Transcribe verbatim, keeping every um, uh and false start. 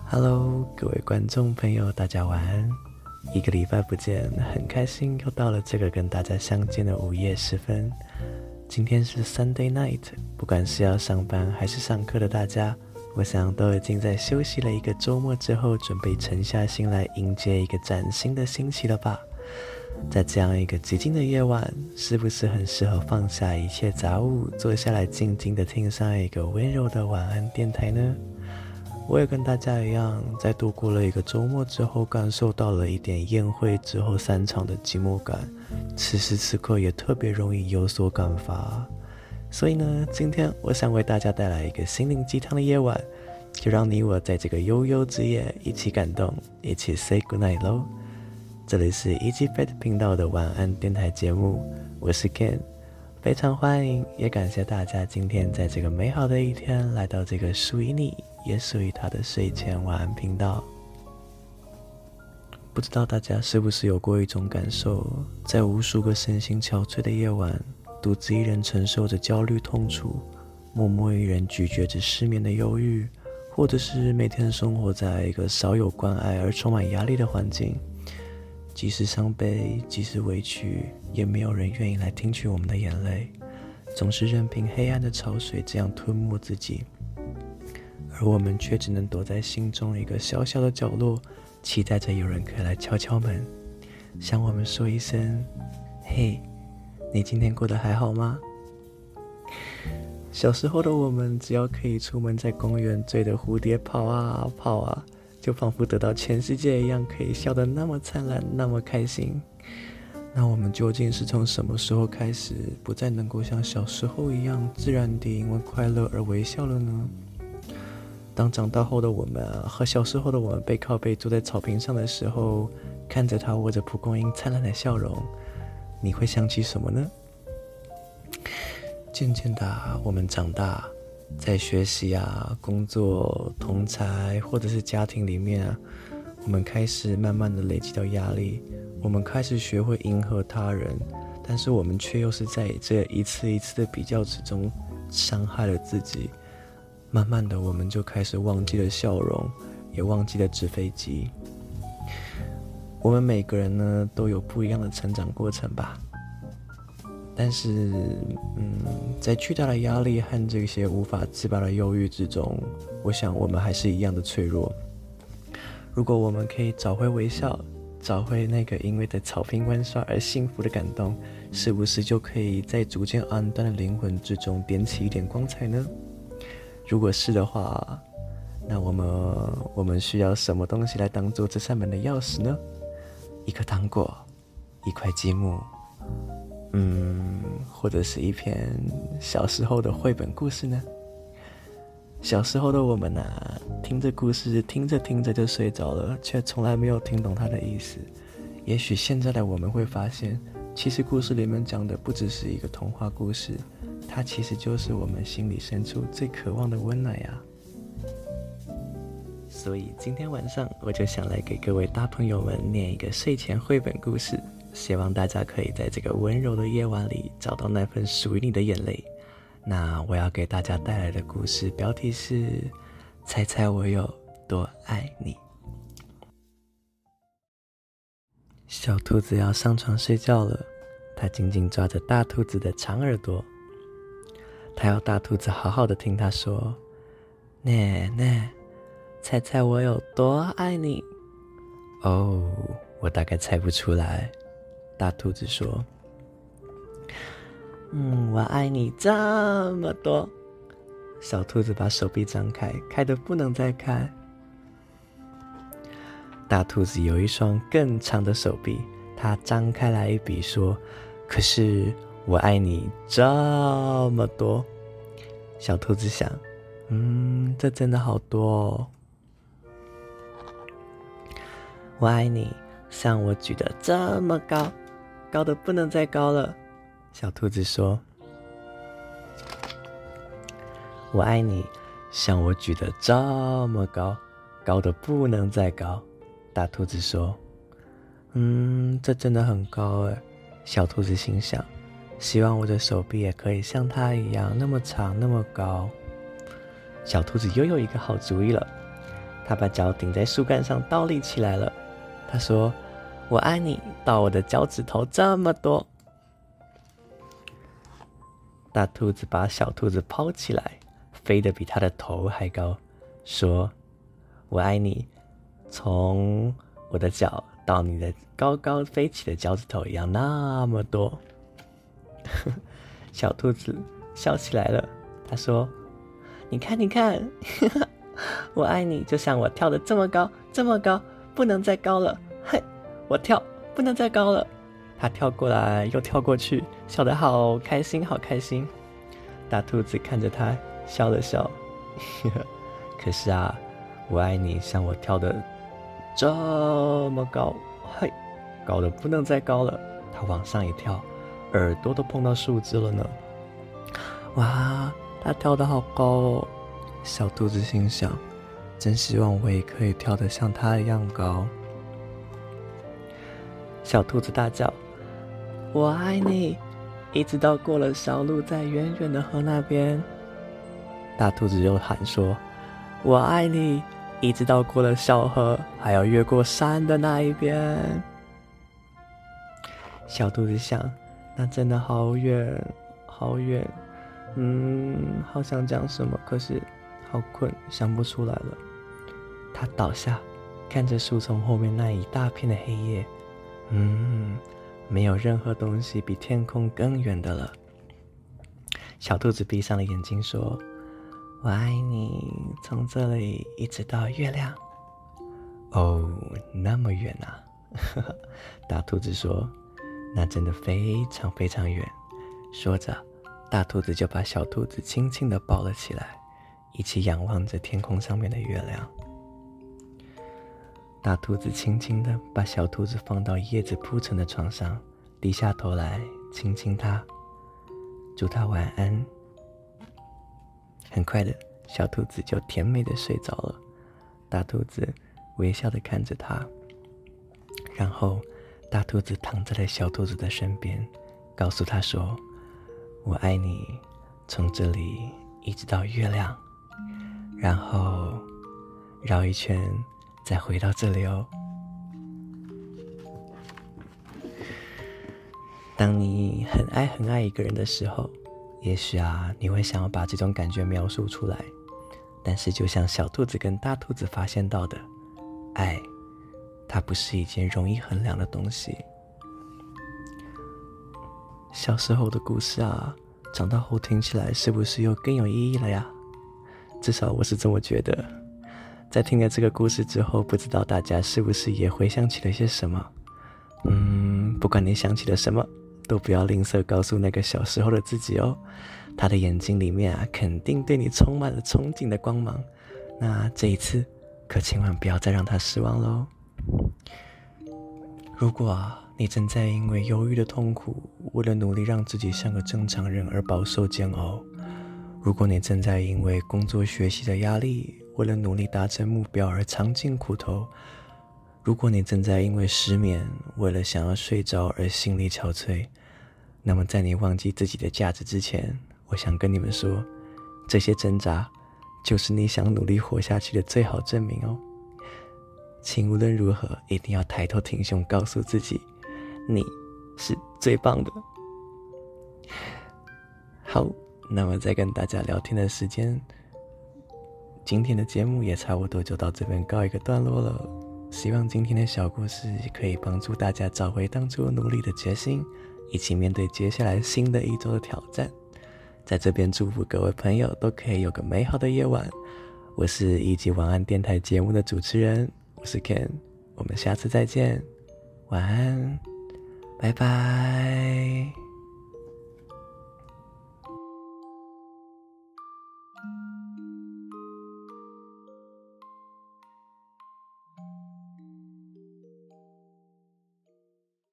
Hello，各位观众朋友，大家晚安。一个礼拜不见，很开心又到了这个跟大家相见的午夜时分。今天是 Sunday night， 不管是要上班还是上课的大家，我想都已经在休息了一个周末之后，准备沉下心来迎接一个崭新的星期了吧。在这样一个寂静的夜晚，是不是很适合放下一切杂物，坐下来静静地听上一个温柔的晚安电台呢？我也跟大家一样，在度过了一个周末之后，感受到了一点宴会之后散场的寂寞感，此时此刻也特别容易有所感发。所以呢，今天我想为大家带来一个心灵鸡汤的夜晚，就让你我在这个悠悠之夜一起感动，一起 say good night 咯。这里是 E G Fat 频道的晚安电台节目，我是 Ken， 非常欢迎，也感谢大家今天在这个美好的一天来到这个属于你也属于他的睡前晚安频道。不知道大家是不是有过一种感受，在无数个身心憔悴的夜晚，独自一人承受着焦虑痛楚，默默一人咀嚼着失眠的忧郁，或者是每天生活在一个少有关爱而充满压力的环境，即使伤悲，即使委屈，也没有人愿意来听取我们的眼泪，总是任凭黑暗的潮水这样吞没自己，而我们却只能躲在心中一个小小的角落，期待着有人可以来敲敲门，向我们说一声：嘿，你今天过得还好吗？小时候的我们，只要可以出门在公园追着蝴蝶跑啊跑啊，就仿佛得到全世界一样，可以笑得那么灿烂，那么开心。那我们究竟是从什么时候开始，不再能够像小时候一样自然地因为快乐而微笑了呢？当长大后的我们啊，和小时候的我们背靠背坐在草坪上的时候，看着他握着蒲公英灿烂的笑容，你会想起什么呢？渐渐的，我们长大，在学习啊、工作、同侪或者是家庭里面啊，我们开始慢慢的累积到压力，我们开始学会迎合他人，但是我们却又是在这一次一次的比较之中伤害了自己。慢慢的，我们就开始忘记了笑容，也忘记了纸飞机。我们每个人呢，都有不一样的成长过程吧。但是，嗯，在巨大的压力和这些无法自拔的忧郁之中，我想我们还是一样的脆弱。如果我们可以找回微笑，找回那个因为在草坪玩耍而幸福的感动，是不是就可以在逐渐暗淡的灵魂之中点起一点光彩呢？如果是的话，那我们我们需要什么东西来当做这扇门的钥匙呢？一颗糖果，一块积木，嗯，或者是一篇小时候的绘本故事呢？小时候的我们啊，听着故事，听着听着就睡着了，却从来没有听懂它的意思。也许现在的我们会发现，其实故事里面讲的不只是一个童话故事，它其实就是我们心里深处最渴望的温暖呀。所以今天晚上我就想来给各位大朋友们念一个睡前绘本故事，希望大家可以在这个温柔的夜晚里找到那份属于你的眼泪。那我要给大家带来的故事标题是：猜猜我有多爱你。小兔子要上床睡觉了，它紧紧抓着大兔子的长耳朵，它要大兔子好好的听它说：奶奶，猜猜我有多爱你。哦，我大概猜不出来。大兔子说：嗯，我爱你这么多。小兔子把手臂张开，开得不能再开。大兔子有一双更长的手臂，它张开来一比说：可是我爱你这么多。小兔子想，嗯，这真的好多哦。我爱你像我举得这么高，高得不能再高了。小兔子说：我爱你像我举得这么高，高得不能再高。大兔子说：嗯，这真的很高耶。小兔子心想，希望我的手臂也可以像它一样那么长那么高。小兔子又有一个好主意了， 他把脚顶在树干上倒立起来了。他说：我爱你到我的脚趾头这么多。大兔子把小兔子抛起来，飞得比他的头还高，说：我爱你从我的脚到你的高高飞起的脚趾头一样那么多。小兔子笑起来了，他说：你看你看，我爱你就像我跳得这么高这么高，不能再高了，嘿，我跳不能再高了。他跳过来又跳过去，笑得好开心好开心。大兔子看着他笑了笑，可是啊，我爱你像我跳得这么高，嘿，高得不能再高了。他往上一跳，耳朵都碰到树枝了呢。哇，他跳得好高哦！小兔子心想，真希望我也可以跳得像他一样高。小兔子大叫：我爱你，一直到过了小路，在远远的河那边。大兔子又喊说：我爱你，一直到过了小河，还要越过山的那一边。小兔子想，那真的好远好远，嗯，好想讲什么，可是好困，想不出来了。它倒下，看着树丛后面那一大片的黑夜，嗯，没有任何东西比天空更远的了。小兔子闭上了眼睛说：我爱你，从这里一直到月亮。哦，那么远啊。大兔子说：那真的非常非常远。说着，大兔子就把小兔子轻轻地抱了起来，一起仰望着天空上面的月亮。大兔子轻轻地把小兔子放到叶子铺成的床上，低下头来亲亲它，祝它晚安。很快的，小兔子就甜美的睡着了。大兔子微笑的看着它，然后大兔子躺在了小兔子的身边，告诉它说：我爱你，从这里一直到月亮，然后绕一圈再回到这里哦。当你很爱很爱一个人的时候，也许啊，你会想要把这种感觉描述出来，但是就像小兔子跟大兔子发现到的，爱它不是一件容易衡量的东西。小时候的故事啊，长大后听起来是不是又更有意义了呀？至少我是这么觉得。在听了这个故事之后，不知道大家是不是也回想起了些什么？嗯，不管你想起了什么，都不要吝啬告诉那个小时候的自己哦。他的眼睛里面啊，肯定对你充满了憧憬的光芒。那这一次，可千万不要再让他失望喽。如果啊，你正在因为忧郁的痛苦，为了努力让自己像个正常人而饱受煎熬；如果你正在因为工作学习的压力，为了努力达成目标而尝尽苦头；如果你正在因为失眠，为了想要睡着而心力憔悴，那么在你忘记自己的价值之前，我想跟你们说，这些挣扎就是你想努力活下去的最好证明哦。请无论如何一定要抬头挺胸，告诉自己你是最棒的。好，那么再跟大家聊天的时间，今天的节目也差不多就到这边告一个段落了。希望今天的小故事可以帮助大家找回当初努力的决心，一起面对接下来新的一周的挑战。在这边祝福各位朋友都可以有个美好的夜晚。我是一级晚安电台节目的主持人，我是 Ken， 我们下次再见，晚安，拜拜。